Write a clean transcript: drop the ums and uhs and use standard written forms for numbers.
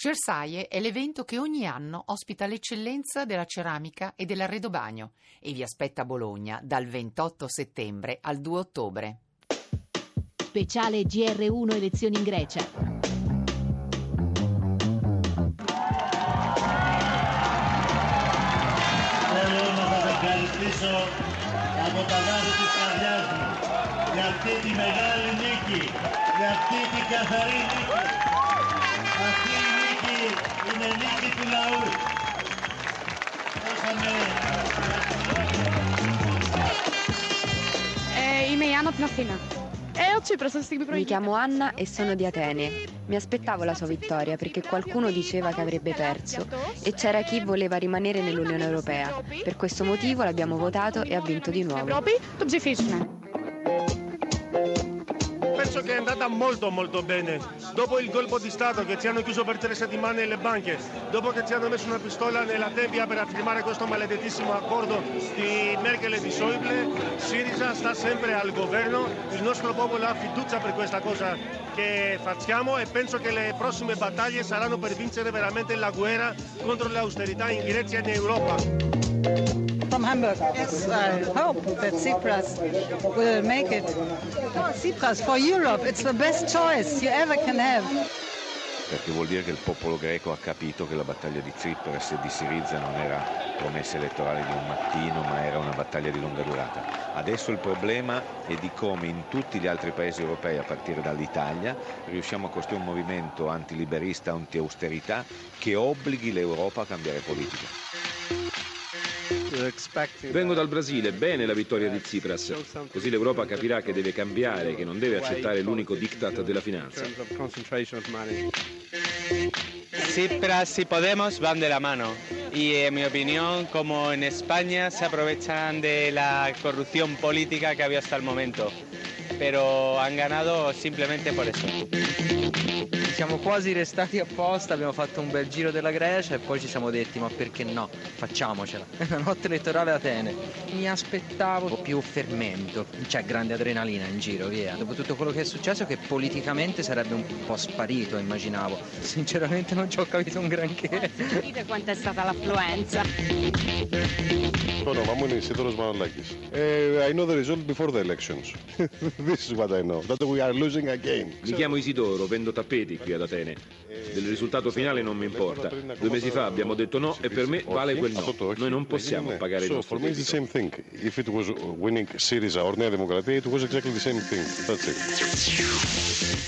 Cersaie è l'evento che ogni anno ospita l'eccellenza della ceramica e dell'arredobagno e vi aspetta a Bologna dal 28 settembre al 2 ottobre. Speciale GR1 elezioni in Grecia. Θέλω να σας ευχαριστήσω από τα βάθη της καρδιάς μου για αυτή τη μεγάλη νίκη, για αυτή την καθαρή νίκη. Αυτή η νίκη είναι νίκη του λαού. Είμαι η Άννα από την Αθήνα. Mi chiamo Anna e sono di Atene. Mi aspettavo la sua vittoria perché qualcuno diceva che avrebbe perso e c'era chi voleva rimanere nell'Unione Europea. Per questo motivo l'abbiamo votato e ha vinto di nuovo. Penso che è andata molto bene. Dopo il colpo di Stato che ci hanno chiuso per 3 settimane le banche, dopo che ci hanno messo una pistola nella tempia per firmare questo maledettissimo accordo di Merkel e di Schäuble, Syriza sta sempre al governo, il nostro popolo ha fiducia per questa cosa che facciamo e penso che le prossime battaglie saranno per vincere veramente la guerra contro l'austerità in Grecia e in Europa. From Hamburg. Yes, I hope that Tsipras will make it. No, Tsipras for Europe, it's the best choice you ever can have. Perché vuol dire che il popolo greco ha capito che la battaglia di Tsipras e di Syriza non era promessa elettorale di un mattino, ma era una battaglia di lunga durata. Adesso il problema è di come in tutti gli altri paesi europei, a partire dall'Italia, riusciamo a costruire un movimento antiliberista, anti-austerità, che obblighi l'Europa a cambiare politica. Vengo dal Brasile, bene la vittoria di Tsipras, così l'Europa capirà che deve cambiare, che non deve accettare l'unico diktat della finanza. Tsipras y Podemos van de la mano y en mi opinión, como en España, se aprovechan de la corrupción política que había hasta el momento, pero han ganado simplemente por eso. Siamo quasi restati apposta, abbiamo fatto un bel giro della Grecia e poi ci siamo detti ma perché no, facciamocela. È una notte elettorale a Atene. Mi aspettavo più fermento, cioè grande adrenalina in giro, via. Dopo tutto quello che è successo, che politicamente sarebbe un po' sparito, immaginavo. Sinceramente non ci ho capito un granché. Dite quanto è stata l'affluenza. Το όνομά μου είναι Ισίδωρος Μανολάκης. I know the result before the elections. This is what I know. That we are losing again. Mi chiamo Isidoro, vendo tappeti qui ad Atene. Del risultato finale non mi importa. 2 mesi fa abbiamo detto no e per me vale quel no. Noi non possiamo pagare il nostro debito. For me it's the same thing. If it was winning Syriza or Nea Demokratia, it was exactly the same thing. That's it.